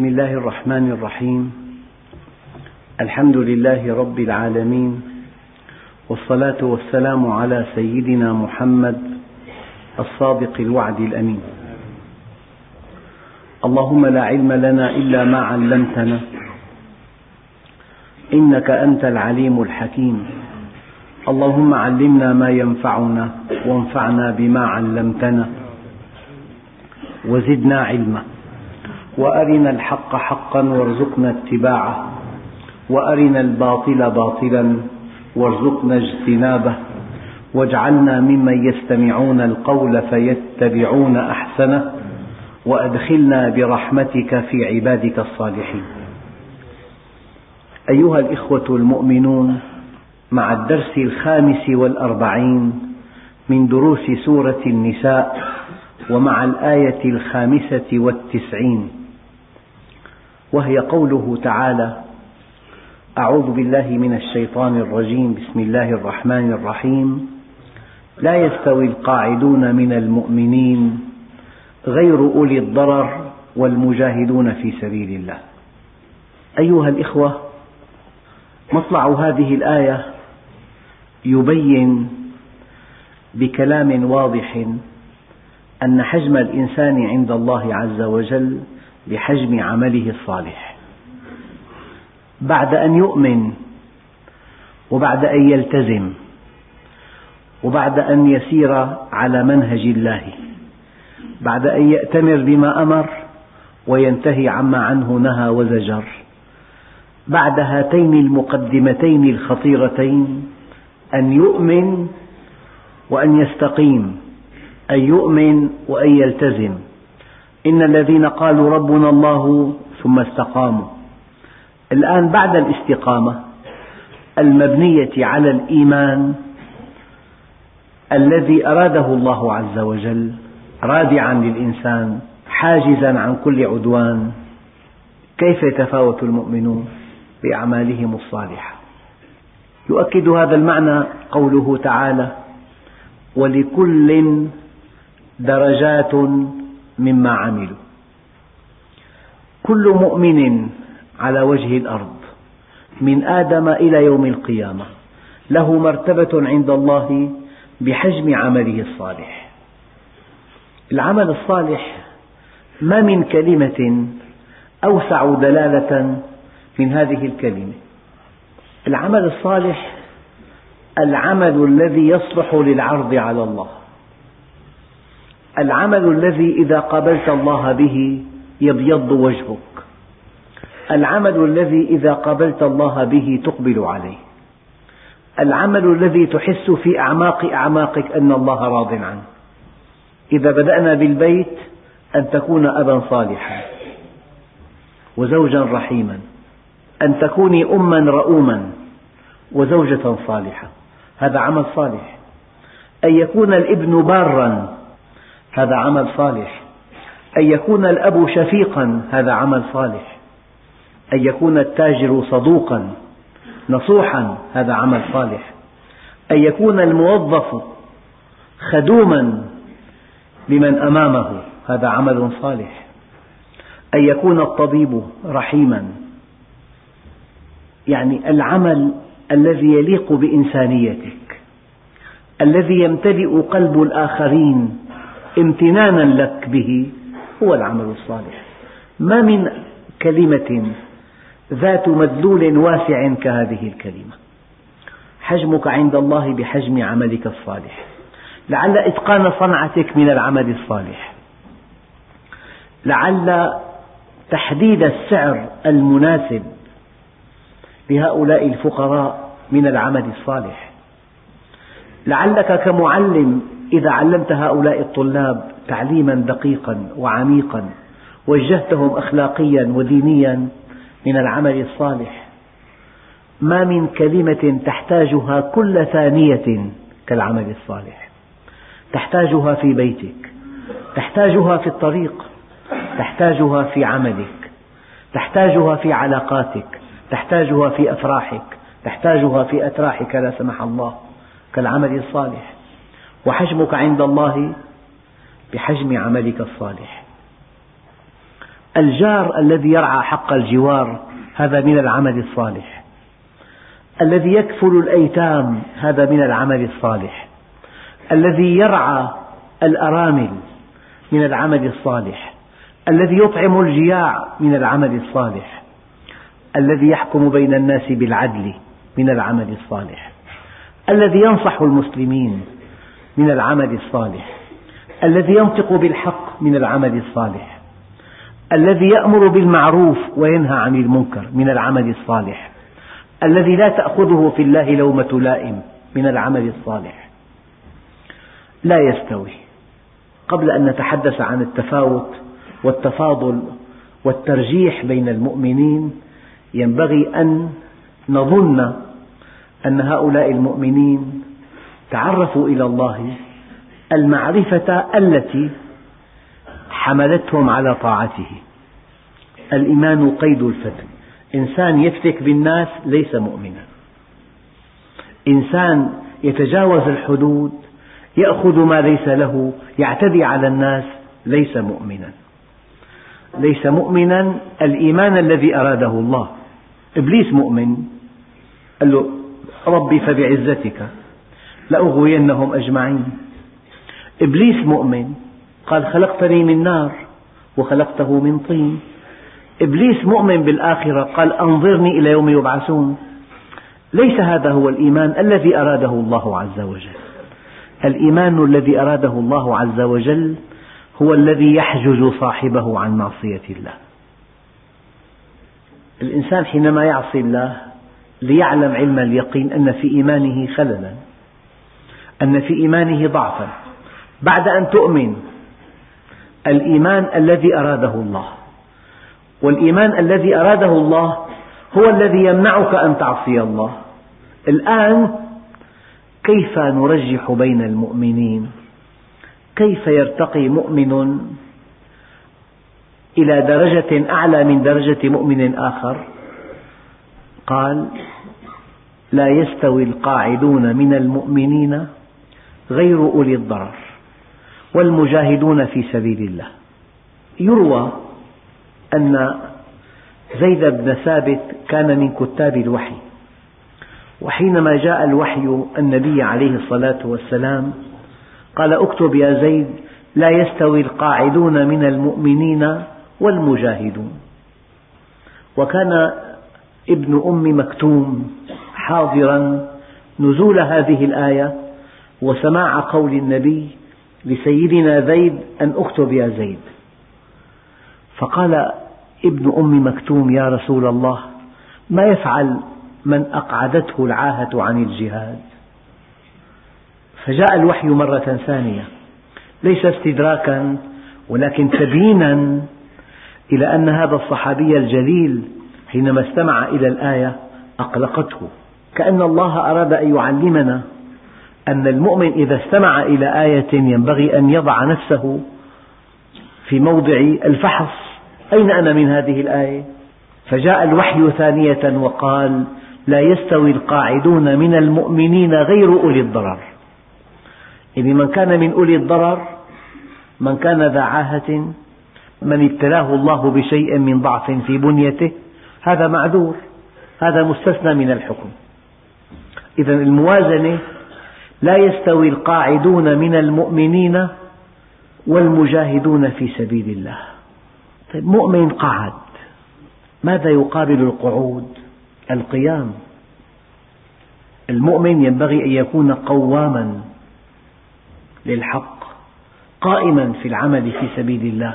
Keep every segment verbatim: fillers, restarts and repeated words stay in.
بسم الله الرحمن الرحيم. الحمد لله رب العالمين، والصلاة والسلام على سيدنا محمد الصادق الوعد الأمين. اللهم لا علم لنا إلا ما علمتنا، إنك أنت العليم الحكيم. اللهم علمنا ما ينفعنا وانفعنا بما علمتنا وزدنا علما، وأرنا الحق حقا وارزقنا اتباعه، وأرنا الباطل باطلا وارزقنا اجتنابه، واجعلنا ممن يستمعون القول فيتبعون أحسنه، وأدخلنا برحمتك في عبادك الصالحين. أيها الإخوة المؤمنون، مع الدرس الخامس والأربعين من دروس سورة النساء، ومع الآية الخامسة والتسعين، وهي قوله تعالى: أعوذ بالله من الشيطان الرجيم، بسم الله الرحمن الرحيم. لا يستوي القاعدون من المؤمنين غير أولي الضرر والمجاهدون في سبيل الله. أيها الإخوة، مطلع هذه الآية يبين بكلام واضح أن حجم الإنسان عند الله عز وجل بحجم عمله الصالح. بعد أن يؤمن، وبعد أن يلتزم، وبعد أن يسير على منهج الله، بعد أن يأتمر بما أمر وينتهي عما عنه نهى وزجر، بعد هاتين المقدمتين الخطيرتين أن يؤمن وأن يستقيم، أن يؤمن وأن يلتزم. إن الذين قالوا ربنا الله ثم استقاموا. الآن بعد الاستقامة المبنية على الإيمان الذي أراده الله عز وجل، رادعا للإنسان، حاجزا عن كل عدوان، كيف يتفاوت المؤمنون بأعمالهم الصالحة؟ يؤكد هذا المعنى قوله تعالى: ولكل درجات مما عملوا. كل مؤمن على وجه الأرض من آدم إلى يوم القيامة له مرتبة عند الله بحجم عمله الصالح. العمل الصالح ما من كلمة أوسع دلالة من هذه الكلمة. العمل الصالح العمل الذي يصلح للعرض على الله، العمل الذي إذا قابلت الله به يبيض وجهك، العمل الذي إذا قابلت الله به تقبل عليه، العمل الذي تحس في أعماق أعماقك أن الله راض عنه. إذا بدأنا بالبيت، أن تكون أبا صالحا وزوجا رحيما، أن تكوني أما رؤوما وزوجة صالحة، هذا عمل صالح. أن يكون الابن بارا، هذا عمل صالح. أن يكون الأب شفيقا، هذا عمل صالح. أن يكون التاجر صدوقا نصوحا، هذا عمل صالح. أن يكون الموظف خدوما لمن أمامه، هذا عمل صالح. أن يكون الطبيب رحيما، يعني العمل الذي يليق بإنسانيتك، الذي يمتلئ قلب الآخرين امتنانا لك به، هو العمل الصالح. ما من كلمة ذات مدلول واسع كهذه الكلمة. حجمك عند الله بحجم عملك الصالح. لعل إتقان صنعتك من العمل الصالح، لعل تحديد السعر المناسب لهؤلاء الفقراء من العمل الصالح، لعلك كمعلم إذا علمت هؤلاء الطلاب تعليما دقيقا وعميقا وجهتهم أخلاقيا ودينيا من العمل الصالح. ما من كلمة تحتاجها كل ثانية كالعمل الصالح. تحتاجها في بيتك، تحتاجها في الطريق، تحتاجها في عملك، تحتاجها في علاقاتك، تحتاجها في أفراحك، تحتاجها في أتراحك لا سمح الله، كالعمل الصالح. وحجمك عند الله بحجم عملك الصالح. الجار الذي يرعى حق الجوار هذا من العمل الصالح، الذي يكفل الأيتام هذا من العمل الصالح، الذي يرعى الأرامل من العمل الصالح، الذي يطعم الجياع من العمل الصالح، الذي يحكم بين الناس بالعدل من العمل الصالح، الذي ينصح المسلمين من العمل الصالح، الذي ينطق بالحق من العمل الصالح، الذي يأمر بالمعروف وينهى عن المنكر من العمل الصالح، الذي لا تأخذه في الله لومة لائم من العمل الصالح. لا يستوي. قبل أن نتحدث عن التفاوت والتفاضل والترجيح بين المؤمنين ينبغي أن نظن أن هؤلاء المؤمنين تعرفوا إلى الله المعرفة التي حملتهم على طاعته. الإيمان قيد الفتن. إنسان يفتك بالناس ليس مؤمنا، إنسان يتجاوز الحدود، يأخذ ما ليس له، يعتدي على الناس، ليس مؤمنا. ليس مؤمنا الإيمان الذي أراده الله. إبليس مؤمن، قال له ربي فبعزتك لأغوينهم أجمعين. إبليس مؤمن، قال خلقتني من نار وخلقته من طين. إبليس مؤمن بالآخرة، قال أنظرني إلى يوم يبعثون. ليس هذا هو الإيمان الذي أراده الله عز وجل. الإيمان الذي أراده الله عز وجل هو الذي يحجز صاحبه عن معصية الله. الإنسان حينما يعصي الله ليعلم علم اليقين أن في إيمانه خللا، أن في إيمانه ضعفا، بعد أن تؤمن الإيمان الذي أراده الله. والإيمان الذي أراده الله هو الذي يمنعك أن تعصي الله. الآن كيف نرجح بين المؤمنين؟ كيف يرتقي مؤمن إلى درجة أعلى من درجة مؤمن آخر؟ قال لا يستوي القاعدون من المؤمنين غير أولي الضرر والمجاهدون في سبيل الله. يروى أن زيد بن ثابت كان من كتاب الوحي، وحينما جاء الوحي النبي عليه الصلاة والسلام قال اكتب يا زيد لا يستوي القاعدون من المؤمنين والمجاهدون. وكان ابن أم مكتوم حاضرا نزول هذه الآية وسماع قول النبي لسيدنا زيد أن اكتب يا زيد. فقال ابن أم مكتوم يا رسول الله ما يفعل من أقعدته العاهة عن الجهاد؟ فجاء الوحي مرة ثانية ليس استدراكا ولكن تبيينا إلى أن هذا الصحابي الجليل حينما استمع إلى الآية أقلقته، كأن الله أراد أن يعلمنا أن المؤمن إذا استمع إلى آية ينبغي أن يضع نفسه في موضع الفحص، أين أنا من هذه الآية؟ فجاء الوحي ثانية وقال لا يستوي القاعدون من المؤمنين غير أولي الضرر. يعني من كان من أولي الضرر من كان ذا عاهة، من ابتلاه الله بشيء من ضعف في بنيته هذا معذور، هذا مستثنى من الحكم. إذن الموازنة لا يستوي القاعدون من المؤمنين والمجاهدون في سبيل الله. طيب مؤمن قعد، ماذا يقابل القعود؟ القيام. المؤمن ينبغي أن يكون قواما للحق، قائما في العمل في سبيل الله.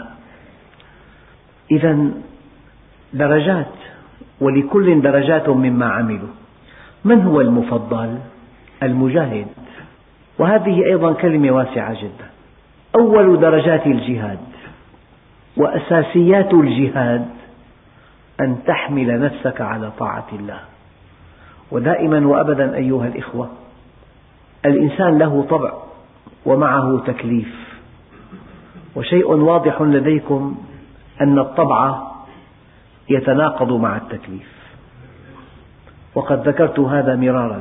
إذن درجات، ولكل درجات مما عملوا. من هو المفضل؟ المجاهد. وهذه أيضا كلمة واسعة جدا. أول درجات الجهاد وأساسيات الجهاد أن تحمل نفسك على طاعة الله. ودائما وأبدا أيها الإخوة الإنسان له طبع ومعه تكليف، وشيء واضح لديكم أن الطبع يتناقض مع التكليف، وقد ذكرت هذا مرارا.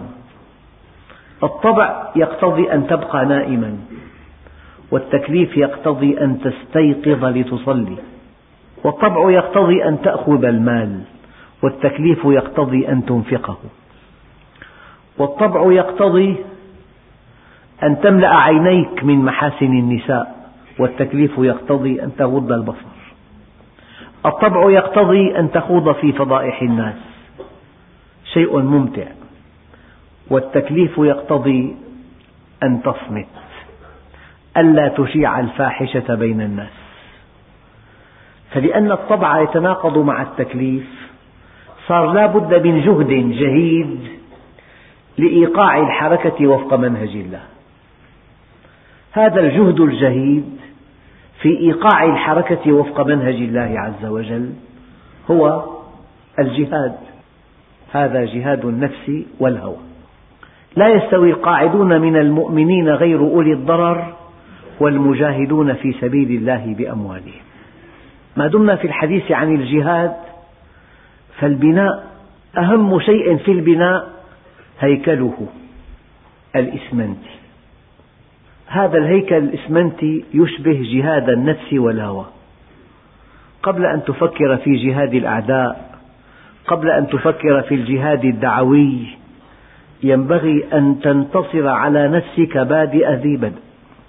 الطبع يقتضي أن تبقى نائما، والتكليف يقتضي أن تستيقظ لتصلي. والطبع يقتضي أن تأخذ المال، والتكليف يقتضي أن تنفقه. والطبع يقتضي أن تملأ عينيك من محاسن النساء، والتكليف يقتضي أن تغض البصر. الطبع يقتضي أن تخوض في فضائح الناس، شيء ممتع، والتكليف يقتضي أن تصمت، ألا تشيع الفاحشة بين الناس. فلأن الطبع يتناقض مع التكليف، صار لا بد من جهد جهيد لإيقاع الحركة وفق منهج الله. هذا الجهد الجهيد في إيقاع الحركة وفق منهج الله عز وجل هو الجهاد. هذا جهاد النفس والهوى. لا يستوي القاعدون من المؤمنين غير أولي الضرر والمجاهدون في سبيل الله بأموالهم. ما دمنا في الحديث عن الجهاد، فالبناء أهم شيء في البناء هيكله الإسمنتي. هذا الهيكل الإسمنتي يشبه جهاد النفس والهوى. قبل أن تفكر في جهاد الأعداء، قبل أن تفكر في الجهاد الدعوي، ينبغي أن تنتصر على نفسك بادئ ذي بدء.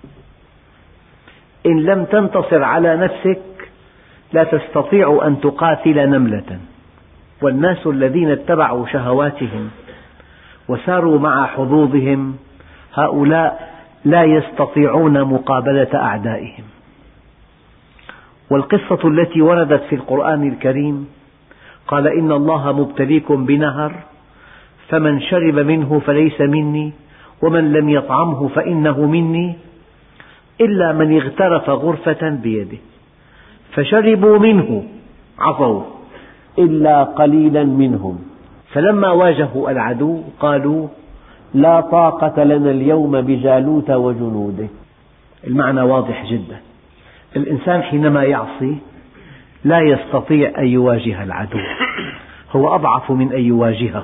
إن لم تنتصر على نفسك لا تستطيع أن تقاتل نملة. والناس الذين اتبعوا شهواتهم وساروا مع حظوظهم، هؤلاء لا يستطيعون مقابلة أعدائهم. والقصة التي وردت في القرآن الكريم قال: إن الله مبتليكم بنهر فمن شرب منه فليس مني ومن لم يطعمه فإنه مني إلا من اغترف غرفة بيده فشربوا منه عصوا إلا قليلا منهم فلما واجهوا العدو قالوا لا طاقة لنا اليوم بجالوت وجنوده. المعنى واضح جدا. الإنسان حينما يعصي لا يستطيع أن يواجه العدو، هو أضعف من أن يواجهه.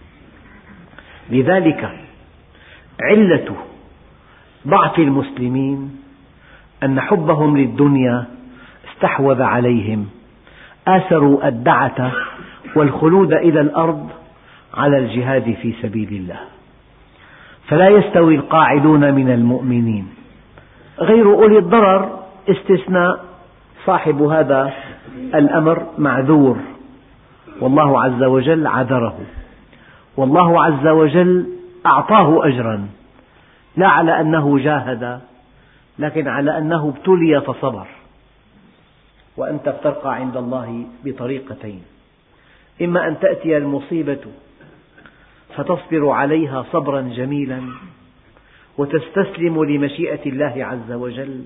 لذلك علة ضعف المسلمين أن حبهم للدنيا استحوذ عليهم، آثروا الدعة والخلود إلى الأرض على الجهاد في سبيل الله. فلا يستوي القاعدون من المؤمنين غير أولي الضرر استثناء، صاحب هذا الأمر معذور والله عز وجل عذره، والله عز وجل أعطاه أجرا لا على أنه جاهد لكن على أنه ابتلي فصبر. وأنت بترقى عند الله بطريقتين: إما أن تأتي المصيبة فتصبر عليها صبرا جميلا وتستسلم لمشيئة الله عز وجل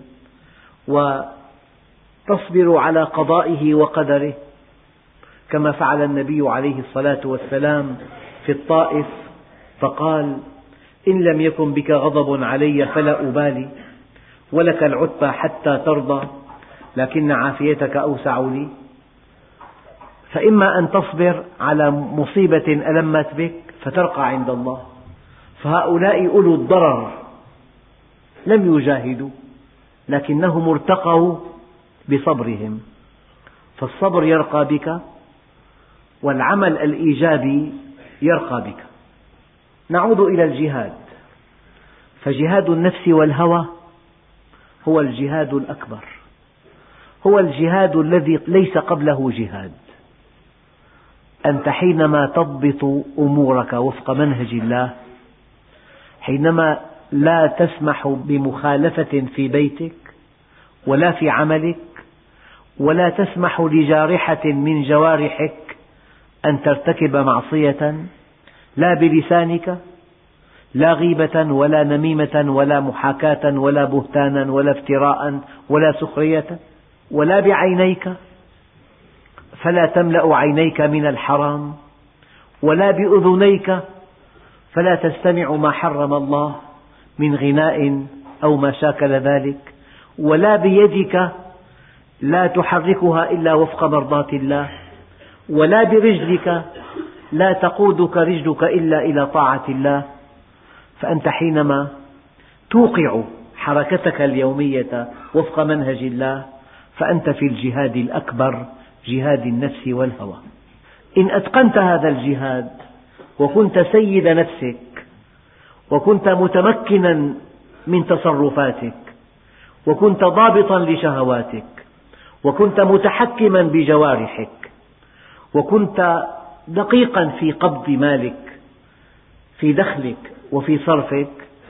وتصبر على قضائه وقدره، كما فعل النبي عليه الصلاة والسلام في الطائف فقال: إن لم يكن بك غضب علي فلا أبالي ولك العتبى حتى ترضى لكن عافيتك أوسع لي. فإما أن تصبر على مصيبة ألمت بك فترقى عند الله. فهؤلاء أولو الضرر لم يجاهدوا لكنهم ارتقوا بصبرهم، فالصبر يرقى بك والعمل الإيجابي يرقى بك. نعود إلى الجهاد، فجهاد النفس والهوى هو الجهاد الأكبر، هو الجهاد الذي ليس قبله جهاد. أنت حينما تضبط أمورك وفق منهج الله، حينما لا تسمح بمخالفة في بيتك ولا في عملك، ولا تسمح لجارحة من جوارحك أن ترتكب معصية، لا بلسانك، لا غيبة ولا نميمة ولا محاكاة ولا بهتانا ولا افتراء ولا سخرية، ولا بعينيك فلا تملأ عينيك من الحرام، ولا بأذنيك فلا تستمع ما حرم الله من غناء أو ما شاكل ذلك، ولا بيدك لا تحركها إلا وفق مرضاة الله، ولا برجلك لا تقودك رجلك إلا إلى طاعة الله. فأنت حينما توقع حركتك اليومية وفق منهج الله فأنت في الجهاد الأكبر، جهاد النفس والهوى. إن أتقنت هذا الجهاد وكنت سيد نفسك وكنت متمكنا من تصرفاتك وكنت ضابطا لشهواتك وكنت متحكما بجوارحك وكنت دقيقا في قبض مالك، في دخلك وفي صرفك،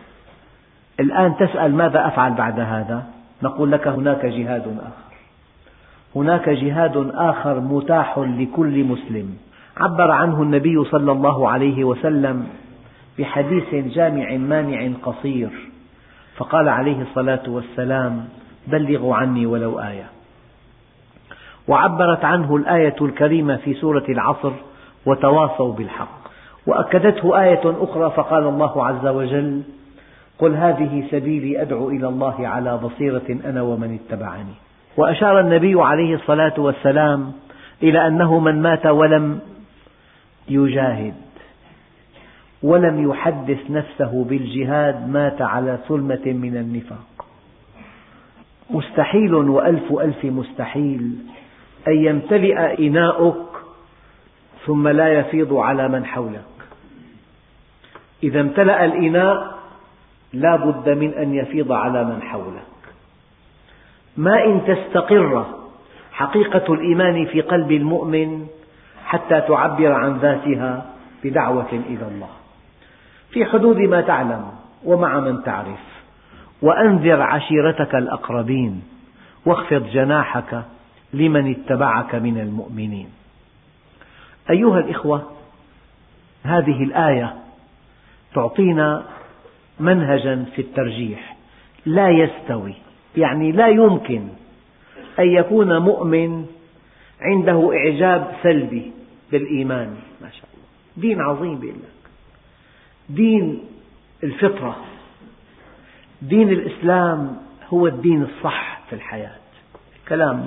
الآن تسأل ماذا أفعل بعد هذا؟ نقول لك هناك جهاد آخر، هناك جهاد آخر متاح لكل مسلم، عبر عنه النبي صلى الله عليه وسلم بحديث جامع مانع قصير، فقال عليه الصلاة والسلام: بلغوا عني ولو آية. وعبرت عنه الآية الكريمة في سورة العصر: وتواصوا بالحق. وأكدته آية أخرى فقال الله عز وجل: قل هذه سبيلي أدعو إلى الله على بصيرة أنا ومن اتبعني. وأشار النبي عليه الصلاة والسلام إلى أنه من مات ولم يجاهد ولم يحدث نفسه بالجهاد مات على ثلمة من النفاق. مستحيل وألف ألف مستحيل أن يمتلئ إناؤك ثم لا يفيض على من حولك. إذا امتلأ الإناء لا بد من أن يفيض على من حولك. ما إن تستقر حقيقة الإيمان في قلب المؤمن حتى تعبر عن ذاتها بدعوة إلى الله في حدود ما تعلم ومع من تعرف، وأنذر عشيرتك الأقربين واخفض جناحك لمن اتبعك من المؤمنين. أيها الإخوة، هذه الآية تعطينا منهجا في الترجيح. لا يستوي، يعني لا يمكن أن يكون مؤمن عنده إعجاب سلبي بالإيمان. ما شاء الله، دين عظيم بيقول لك، دين الفطرة، دين الإسلام هو الدين الصح في الحياة. كلام.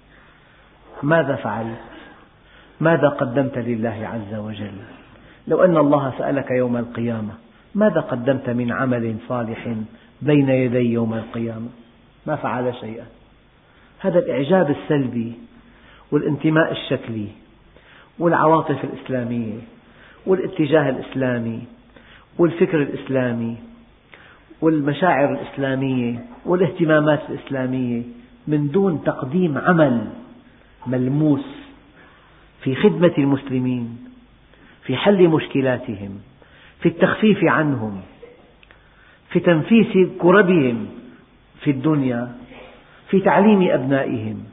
ماذا فعلت؟ ماذا قدمت لله عز وجل؟ لو أن الله سألك يوم القيامة ماذا قدمت من عمل صالح بين يدي يوم القيامة؟ ما فعل شيئا. هذا الإعجاب السلبي والانتماء الشكلي والعواطف الإسلامية والاتجاه الإسلامي والفكر الإسلامي والمشاعر الإسلامية والاهتمامات الإسلامية من دون تقديم عمل ملموس في خدمة المسلمين، في حل مشكلاتهم، في التخفيف عنهم، في تنفيس كربهم في الدنيا، في تعليم أبنائهم،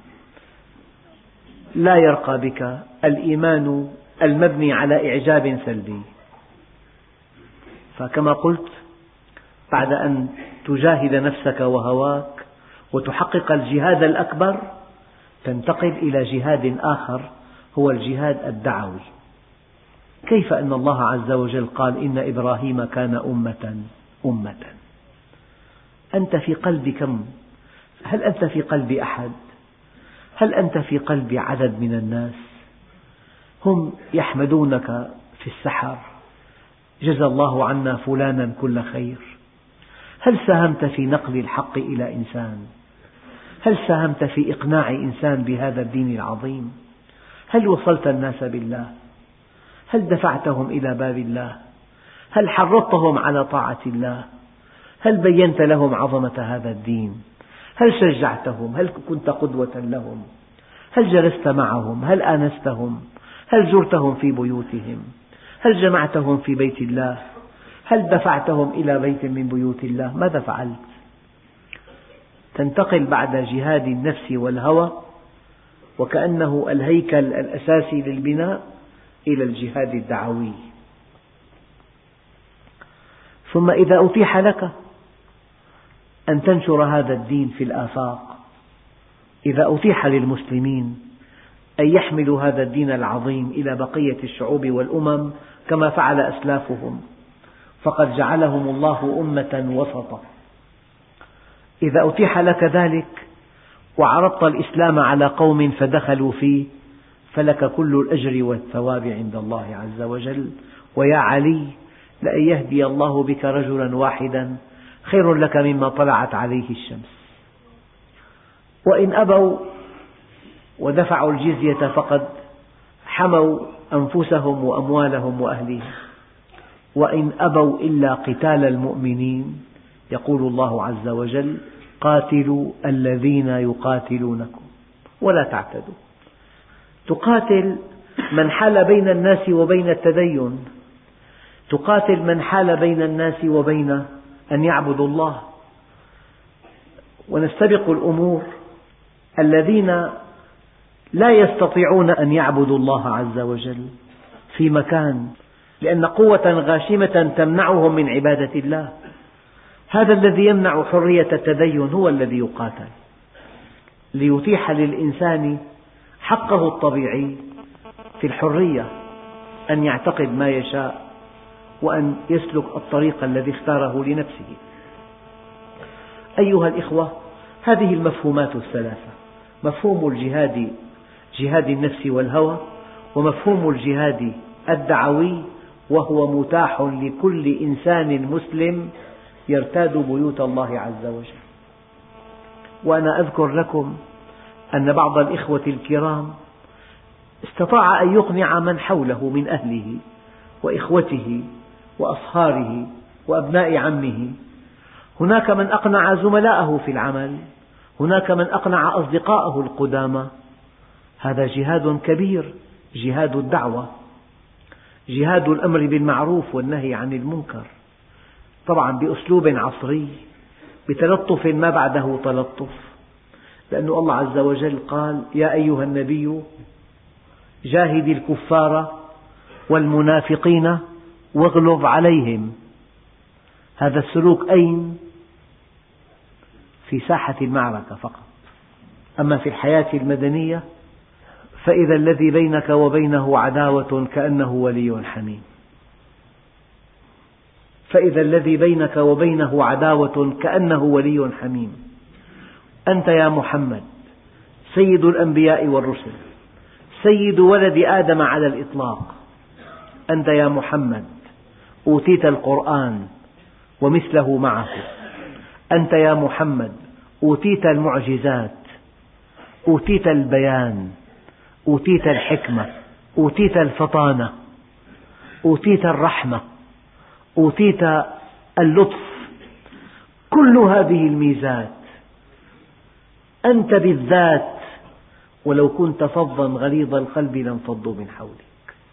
لا يرقى بك الإيمان المبني على إعجاب سلبي. فكما قلت، بعد أن تجاهد نفسك وهواك وتحقق الجهاد الأكبر تنتقل إلى جهاد آخر هو الجهاد الدعوي. كيف أن الله عز وجل قال إن إبراهيم كان أمة أمة؟ أنت في قلب كم؟ هل أنت في قلب أحد؟ هل أنت في قلب عدد من الناس؟ هم يحمدونك في السحر: جزى الله عنا فلانا كل خير. هل ساهمت في نقل الحق إلى إنسان؟ هل ساهمت في إقناع إنسان بهذا الدين العظيم؟ هل وصلت الناس بالله؟ هل دفعتهم إلى باب الله؟ هل حرضتهم على طاعة الله؟ هل بينت لهم عظمة هذا الدين؟ هل شجعتهم؟ هل كنت قدوة لهم؟ هل جلست معهم؟ هل آنستهم؟ هل زرتهم في بيوتهم؟ هل جمعتهم في بيت الله؟ هل دفعتهم إلى بيت من بيوت الله؟ ماذا فعلت؟ تنتقل بعد جهاد النفس والهوى وكأنه الهيكل الأساسي للبناء إلى الجهاد الدعوي. ثم إذا أتيح لك أن تنشر هذا الدين في الآفاق، إذا أتيح للمسلمين أن يحملوا هذا الدين العظيم إلى بقية الشعوب والأمم كما فعل أسلافهم، فقد جعلهم الله أمة وسطا. إذا أتيح لك ذلك وعرضت الإسلام على قوم فدخلوا فيه فلك كل الأجر والثواب عند الله عز وجل. ويا علي، لأن يهدي الله بك رجلا واحدا خير لك مما طلعت عليه الشمس. وإن أبوا ودفعوا الجزية فقد حموا أنفسهم وأموالهم وأهليهم. وإن أبوا إلا قتال المؤمنين يقول الله عز وجل: قاتلوا الذين يقاتلونكم ولا تعتدوا. تقاتل من حال بين الناس وبين التدين، تقاتل من حال بين الناس وبين أن يعبدوا الله. ونستبق الأمور الذين لا يستطيعون أن يعبدوا الله عز وجل في مكان، لأن قوة غاشمة تمنعهم من عبادة الله. هذا الذي يمنع حرية التدين هو الذي يقاتل، ليتيح للإنسان حقه الطبيعي في الحرية، أن يعتقد ما يشاء وأن يسلك الطريق الذي اختاره لنفسه. أيها الإخوة، هذه المفهومات الثلاثة: مفهوم الجهاد، جهاد النفس والهوى، ومفهوم الجهاد الدعوي، وهو متاح لكل إنسان مسلم يرتاد بيوت الله عز وجل. وأنا أذكر لكم أن بعض الإخوة الكرام استطاع أن يقنع من حوله من أهله وإخوته وأصهاره وأبناء عمه. هناك من أقنع زملائه في العمل، هناك من أقنع أصدقائه القدامى. هذا جهاد كبير، جهاد الدعوة، جهاد الأمر بالمعروف والنهي عن المنكر، طبعا بأسلوب عصري، بتلطف ما بعده تلطف، لأن الله عز وجل قال: يا أيها النبي جاهد الكفار والمنافقين واغلظ عليهم. هذا السلوك أين؟ في ساحة المعركة فقط. أما في الحياة المدنية فإذا الذي بينك وبينه عداوة كأنه ولي حميم، فإذا الذي بينك وبينه عداوة كأنه ولي حميم. أنت يا محمد سيد الأنبياء والرسل، سيد ولد آدم على الإطلاق. أنت يا محمد أوتيت القرآن ومثله معه، أنت يا محمد أوتيت المعجزات، أوتيت البيان، أوتيت الحكمة، أوتيت الفطانة، أوتيت الرحمة، أوتيت اللطف، كل هذه الميزات أنت بالذات، ولو كنت فظا غليظ القلب لانفضوا من حولك.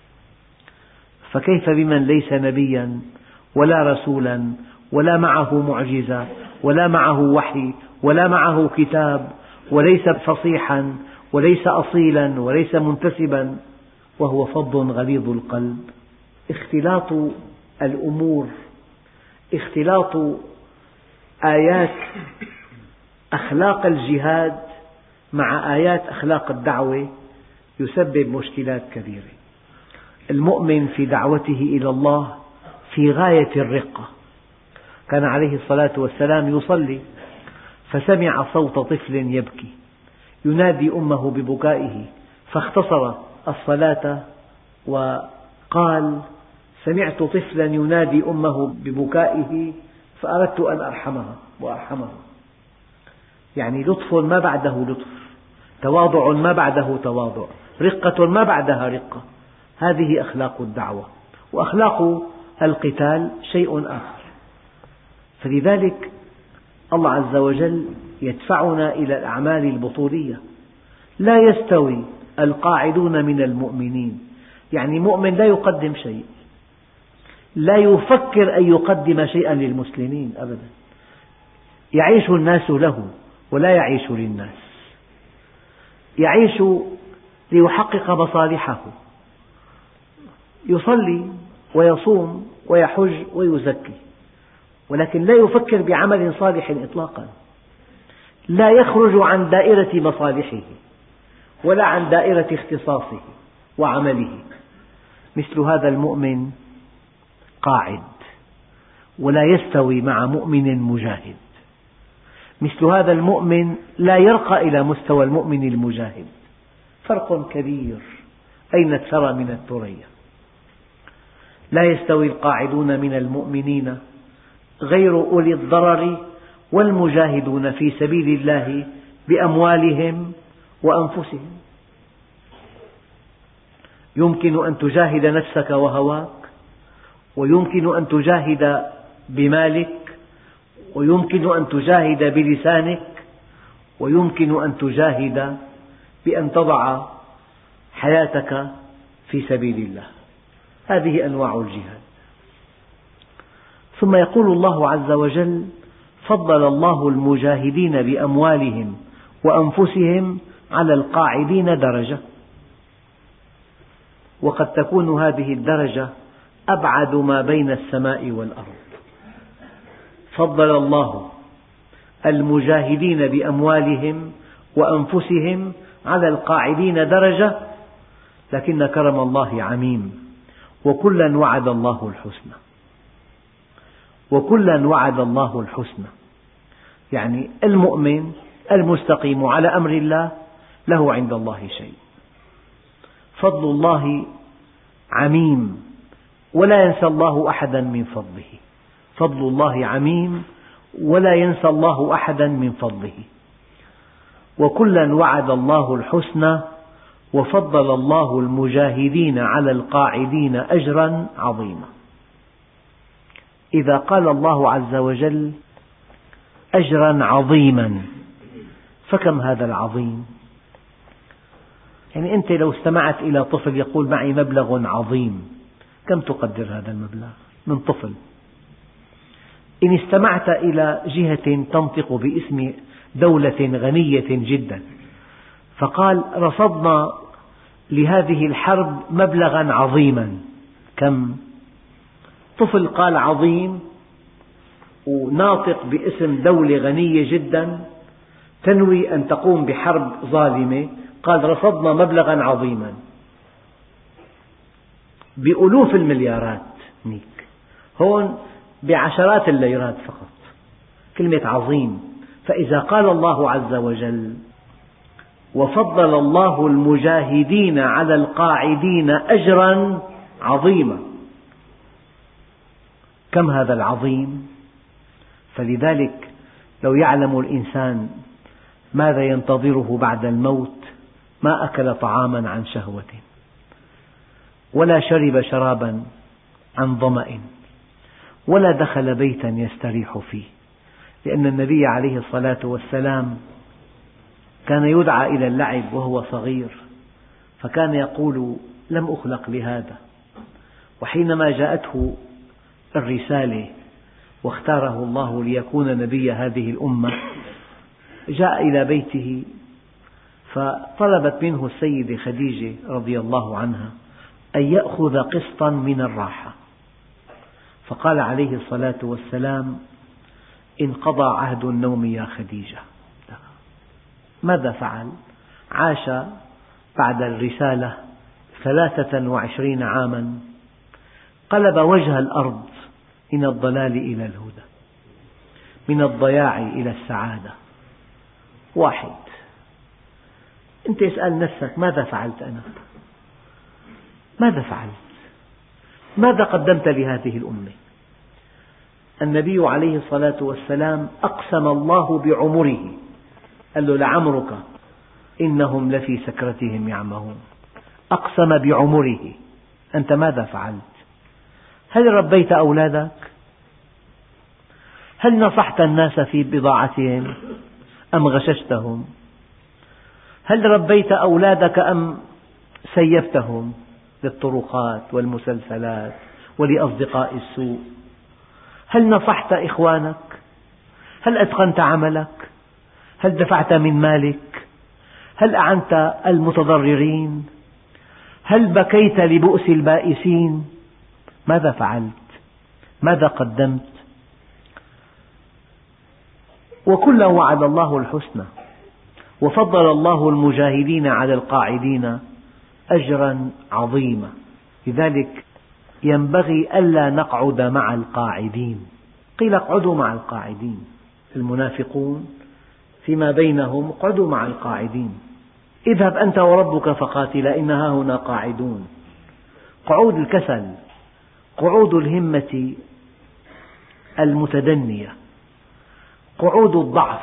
فكيف بمن ليس نبيا ولا رسولا ولا معه معجزة ولا معه وحي ولا معه كتاب، وليس فصيحا وليس أصيلا وليس منتسبا، وهو فظ غليظ القلب. اختلاط الأمور، اختلاط آيات أخلاق الجهاد مع آيات أخلاق الدعوة يسبب مشكلات كبيرة. المؤمن في دعوته إلى الله في غاية الرقة. كان عليه الصلاة والسلام يصلي فسمع صوت طفل يبكي ينادي أمه ببكائه، فاختصر الصلاة وقال: سمعت طفلا ينادي أمه ببكائه فأردت أن أرحمها وأرحمه. يعني لطف ما بعده لطف، تواضع ما بعده تواضع، رقة ما بعدها رقة. هذه أخلاق الدعوة. وأخلاق القتال شيء آخر. فلذلك الله عز وجل يدفعنا إلى الأعمال البطولية. لا يستوي القاعدون من المؤمنين، يعني مؤمن لا يقدم شيء، لا يفكر أن يقدم شيئا للمسلمين أبدا. يعيش الناس له ولا يعيش للناس، يعيش ليحقق مصالحه، يصلي ويصوم ويحج ويزكي، ولكن لا يفكر بعمل صالح إطلاقا، لا يخرج عن دائرة مصالحه ولا عن دائرة اختصاصه وعمله. مثل هذا المؤمن قاعد، ولا يستوي مع مؤمن مجاهد. مثل هذا المؤمن لا يرقى إلى مستوى المؤمن المجاهد. فرق كبير، أين الثرى من الثريا. لا يستوي القاعدون من المؤمنين غير أولي الضرر والمجاهدون في سبيل الله بأموالهم وأنفسهم. يمكن أن تجاهد نفسك وهواك، ويمكن أن تجاهد بمالك، ويمكن أن تجاهد بلسانك، ويمكن أن تجاهد بأن تضع حياتك في سبيل الله. هذه أنواع الجهاد. ثم يقول الله عز وجل: فضل الله المجاهدين بأموالهم وأنفسهم على القاعدين درجة. وقد تكون هذه الدرجة أبعد ما بين السماء والأرض. فضل الله المجاهدين بأموالهم وأنفسهم على القاعدين درجة، لكن كرم الله عميم. وكلا وعد الله الحسنى، وكلا وعد الله الحسنى، يعني المؤمن المستقيم على أمر الله له عند الله شيء. فضل الله عميم، ولا ينسى الله أحدا من فضله. فضل الله عميم، ولا ينسى الله أحدا من فضله. وكلا وعد الله الحسنى، وفضل الله المجاهدين على القاعدين أجرا عظيما. إذا قال الله عز وجل أجرا عظيما، فكم هذا العظيم؟ يعني أنت لو استمعت إلى طفل يقول معي مبلغ عظيم، كم تقدر هذا المبلغ من طفل؟ إن استمعت إلى جهة تنطق باسم دولة غنية جدا فقال رصدنا لهذه الحرب مبلغا عظيما، كم؟ طفل قال عظيم وناطق باسم دولة غنية جدا تنوي أن تقوم بحرب ظالمة، قال رصدنا مبلغا عظيما بألوف المليارات. نيك هون بعشرات الليرات فقط، كلمة عظيم. فإذا قال الله عز وجل وفضل الله المجاهدين على القاعدين أجرا عظيما، كم هذا العظيم؟ فلذلك لو يعلم الإنسان ماذا ينتظره بعد الموت ما أكل طعاما عن شهوة، ولا شرب شرابا عن ظمأ، ولا دخل بيتا يستريح فيه. لأن النبي عليه الصلاة والسلام كان يدعى إلى اللعب وهو صغير، فكان يقول لم أخلق لهذا. وحينما جاءته الرسالة واختاره الله ليكون نبي هذه الأمة، جاء إلى بيته فطلبت منه السيدة خديجة رضي الله عنها أن يأخذ قسطا من الراحة، فقال عليه الصلاة والسلام انقضى عهد النوم يا خديجة. ماذا فعل؟ عاش بعد الرسالة ثلاثة وعشرين عاما، قلب وجه الأرض من الضلال إلى الهدى، من الضياع إلى السعادة. واحد. أنت اسأل نفسك ماذا فعلت أنا؟ ماذا فعلت؟ ماذا قدمت لهذه الأمة؟ النبي عليه الصلاة والسلام أقسم الله بعمره، قال له لعمرك إنهم لفي سكرتهم يعمهون. أقسم بعمره. أنت ماذا فعلت؟ هل ربيت أولادك؟ هل نصحت الناس في بضاعتهم أم غششتهم؟ هل ربيت أولادك أم سيفتهم للطرقات والمسلسلات ولأصدقاء السوء؟ هل نصحت إخوانك؟ هل أتقنت عملك؟ هل دفعت من مالك؟ هل أعنت المتضررين؟ هل بكيت لبؤس البائسين؟ ماذا فعلت؟ ماذا قدمت؟ وكلا وعد الله الحسنى، وفضل الله المجاهدين على القاعدين أجرا عظيما. لذلك ينبغي ألا نقعد مع القاعدين. قيل اقعدوا مع القاعدين، المنافقون فيما بينهم اقعدوا مع القاعدين. اذهب أنت وربك فقاتلا إنها هنا قاعدون. قعود الكسل، قعود الهمة المتدنية، قعود الضعف،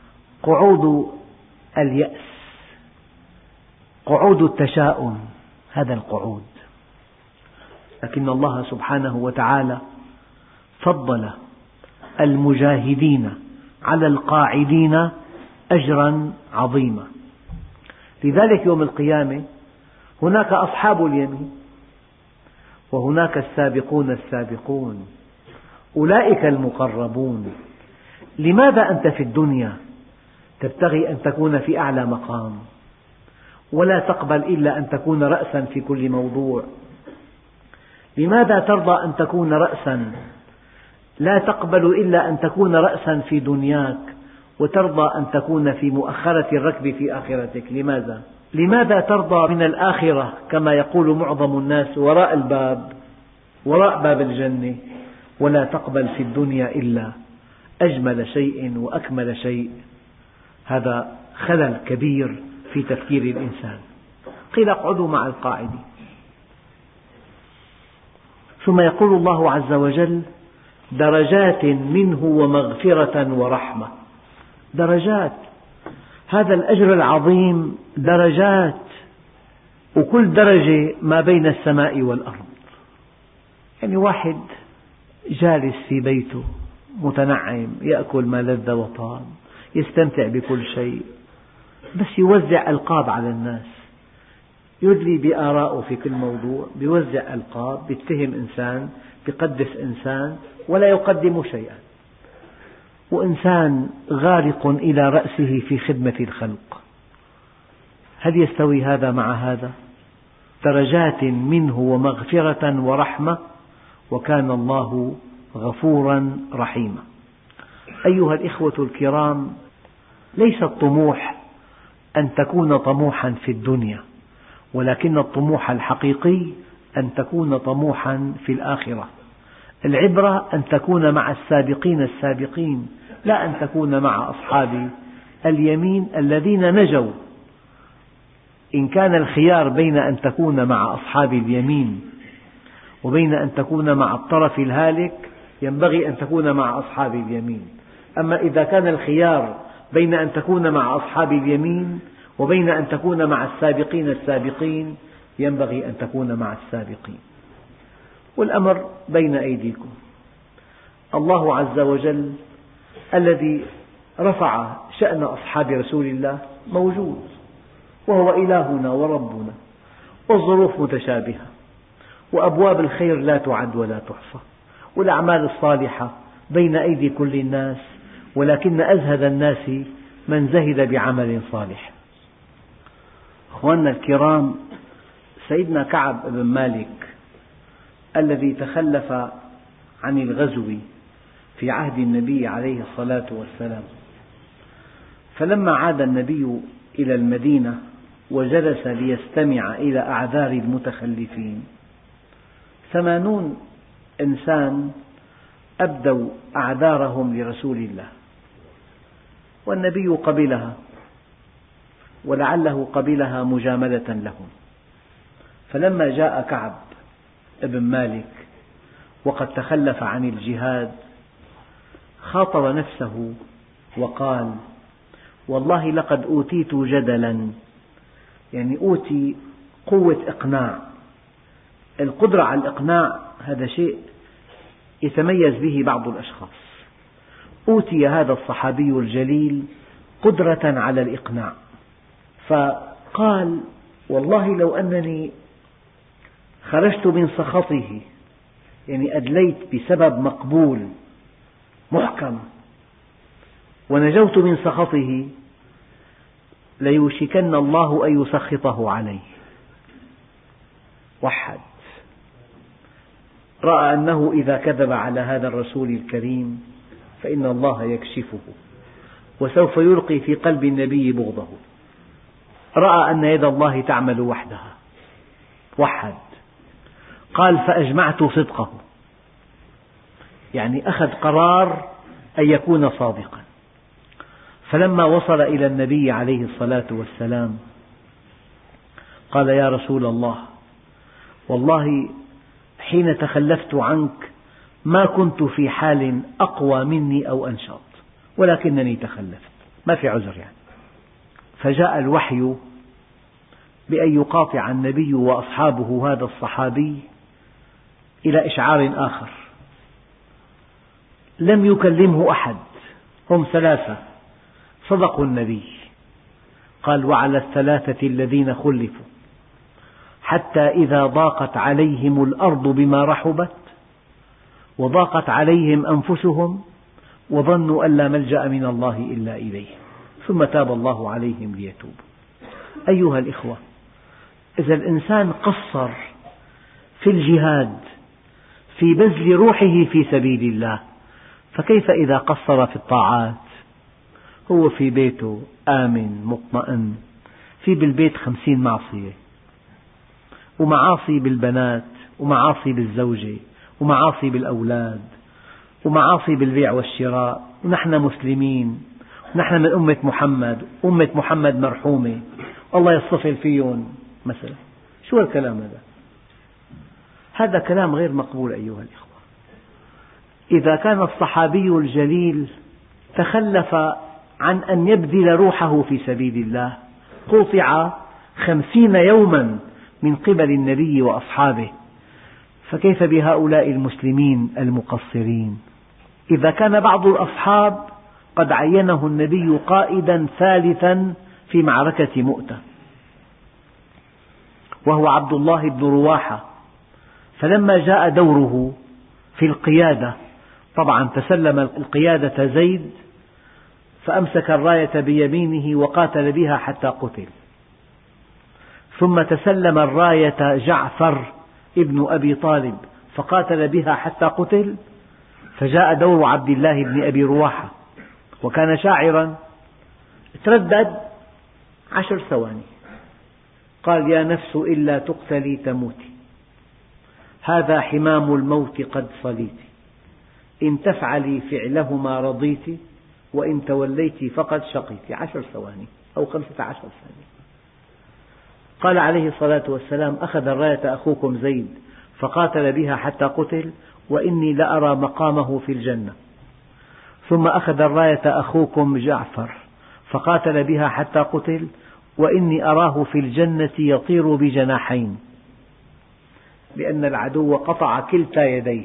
قعود اليأس، قعود التشاؤم، هذا القعود. لكن الله سبحانه وتعالى فضل المجاهدين على القاعدين أجرا عظيما. لذلك يوم القيامة هناك أصحاب اليمين وهناك السابقون السابقون أولئك المقربون. لماذا أنت في الدنيا تبتغي أن تكون في أعلى مقام ولا تقبل إلا أن تكون رأسا في كل موضوع؟ لماذا ترضى أن تكون رأسا لا تقبل إلا أن تكون رأسا في دنياك وترضى أن تكون في مؤخرة الركب في آخرتك؟ لماذا؟ لماذا ترضى من الآخرة كما يقول معظم الناس وراء الباب وراء باب الجنة، ولا تقبل في الدنيا إلا أجمل شيء وأكمل شيء؟ هذا خلل كبير في تفكير الإنسان. قيل اقعدوا مع القاعدين. ثم يقول الله عز وجل درجات منه ومغفرة ورحمة. درجات، هذا الأجر العظيم درجات، وكل درجة ما بين السماء والأرض. يعني واحد جالس في بيته متنعم يأكل ما لذ وطاب يستمتع بكل شيء، بس يوزع ألقاب على الناس، يدلي بآرائه في كل موضوع، يوزع ألقاب، يتهم إنسان، يقدس إنسان ولا يقدم شيئا، وإنسان غارق إلى رأسه في خدمة الخلق. هل يستوي هذا مع هذا؟ درجات منه ومغفرة ورحمة وكان الله غفورا رحيما. أيها الإخوة الكرام، ليس الطموح أن تكون طموحا في الدنيا، ولكن الطموح الحقيقي أن تكون طموحا في الآخرة. العبرة أن تكون مع السابقين السابقين، لا أن تكون مع أصحاب اليمين الذين نجوا. إن كان الخيار بين أن تكون مع أصحاب اليمين وبين أن تكون مع الطرف الهالك، ينبغي أن تكون مع أصحاب اليمين. أما إذا كان الخيار بين أن تكون مع أصحاب اليمين وبين أن تكون مع السابقين السابقين، ينبغي أن تكون مع السابقين. والأمر بين أيديكم. الله عز وجل الذي رفع شأن أصحاب رسول الله موجود، وهو إلهنا وربنا، والظروف متشابهة، وأبواب الخير لا تعد ولا تحصى، والأعمال الصالحة بين أيدي كل الناس، ولكن أزهد الناس من زهد بعمل صالح. أخواننا الكرام، سيدنا كعب بن مالك الذي تخلف عن الغزو في عهد النبي عليه الصلاة والسلام، فلما عاد النبي إلى المدينة وجلس ليستمع إلى أعذار المتخلفين، ثمانون إنسان أبدوا أعذارهم لرسول الله، والنبي قبلها، ولعله قبلها مجاملة لهم. فلما جاء كعب بن مالك وقد تخلف عن الجهاد، خاطب نفسه وقال: والله لقد أوتيت جدلا، يعني أوتي قوة إقناع. القدرة على الإقناع هذا شيء يتميز به بعض الأشخاص. أوتي هذا الصحابي الجليل قدرة على الإقناع، فقال: والله لو أنني خرجت من سخطه، يعني أدليت بسبب مقبول محكم ونجوت من سخطه، ليوشكن الله أن يسخطه عليه. وحد، رأى أنه إذا كذب على هذا الرسول الكريم فإن الله يكشفه وسوف يلقي في قلب النبي بغضه. رأى أن يد الله تعمل وحدها. وحد، قال: فأجمعت صدقه، يعني أخذ قرار أن يكون صادقا. فلما وصل إلى النبي عليه الصلاة والسلام قال: يا رسول الله، والله حين تخلفت عنك ما كنت في حال أقوى مني أو أنشط، ولكنني تخلفت، ما في عذر يعني. فجاء الوحي بأن يقاطع النبي وأصحابه هذا الصحابي إلى إشعار آخر. لم يكلمه أحد، هم ثلاثة صدقوا النبي، قال: وعلى الثلاثة الذين خلفوا حتى إذا ضاقت عليهم الأرض بما رحبت وضاقت عليهم أنفسهم وظنوا أن لا ملجأ من الله إلا إليه ثم تاب الله عليهم ليتوبوا. أيها الإخوة، إذا الإنسان قصر في الجهاد في بذل روحه في سبيل الله، فكيف إذا قصر في الطاعات؟ هو في بيته آمن مطمئن، في بالبيت خمسين معصية، ومعاصي بالبنات، ومعاصي بالزوجة، ومعاصي بالأولاد، ومعاصي بالبيع والشراء، ونحن مسلمين، ونحن من أمة محمد، أمة محمد مرحومة، الله يصطفل فيهم مثلا. شو الكلام هذا؟ هذا كلام غير مقبول أيها الإخوة. إذا كان الصحابي الجليل تخلف عن أن يبذل روحه في سبيل الله قطع خمسين يوما من قبل النبي وأصحابه، فكيف بهؤلاء المسلمين المقصرين؟ إذا كان بعض الأصحاب قد عينه النبي قائدا ثالثا في معركة مؤتة، وهو عبد الله بن رواحة، فلما جاء دوره في القيادة طبعا تسلم القيادة زيد، فأمسك الراية بيمينه وقاتل بها حتى قتل، ثم تسلم الراية جعفر ابن أبي طالب فقاتل بها حتى قتل، فجاء دور عبد الله بن أبي رواحة وكان شاعرا، تردد عشر ثواني، قال: يا نفس إلا تقتلي تموتي، هذا حمام الموت قد صليت، إن تفعلي فعلهما رضيت، وإن توليت فقد شقيت. عشر ثواني أو خمسة عشر ثانية. قال عليه الصلاة والسلام: أخذ الراية أخوكم زيد فقاتل بها حتى قتل، وإني لأرى مقامه في الجنة. ثم أخذ الراية أخوكم جعفر فقاتل بها حتى قتل، وإني أراه في الجنة يطير بجناحين، لأن العدو قطع كلتا يديه.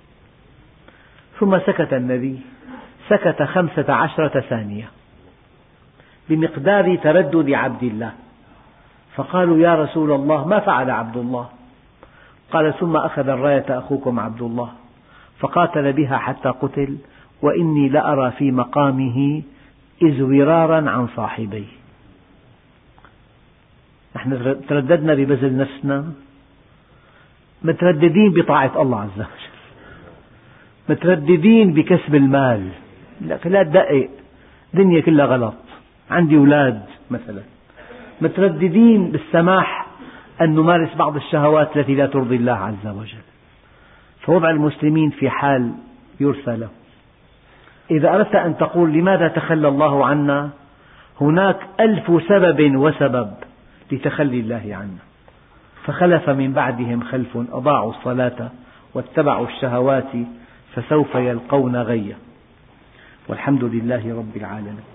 ثم سكت النبي، سكت خمسة عشرة ثانية بمقدار تردد عبد الله، فقالوا: يا رسول الله ما فعل عبد الله؟ قال: ثم أخذ الراية أخوكم عبد الله فقاتل بها حتى قتل، وإني لأرى في مقامه إزورارا عن صاحبيه. نحن ترددنا ببذل نفسنا، مترددين بطاعة الله عز وجل، مترددين بكسب المال، لا تدقق، الدنيا كلها غلط، عندي أولاد مثلا، مترددين بالسماح أن نمارس بعض الشهوات التي لا ترضي الله عز وجل. فوضع المسلمين في حال يرثى له. إذا أردت أن تقول لماذا تخلى الله عنا، هناك ألف سبب وسبب لتخلي الله عنا. فخلف من بعدهم خلف أضاعوا الصلاة واتبعوا الشهوات فسوف يلقون غيا، والحمد لله رب العالمين.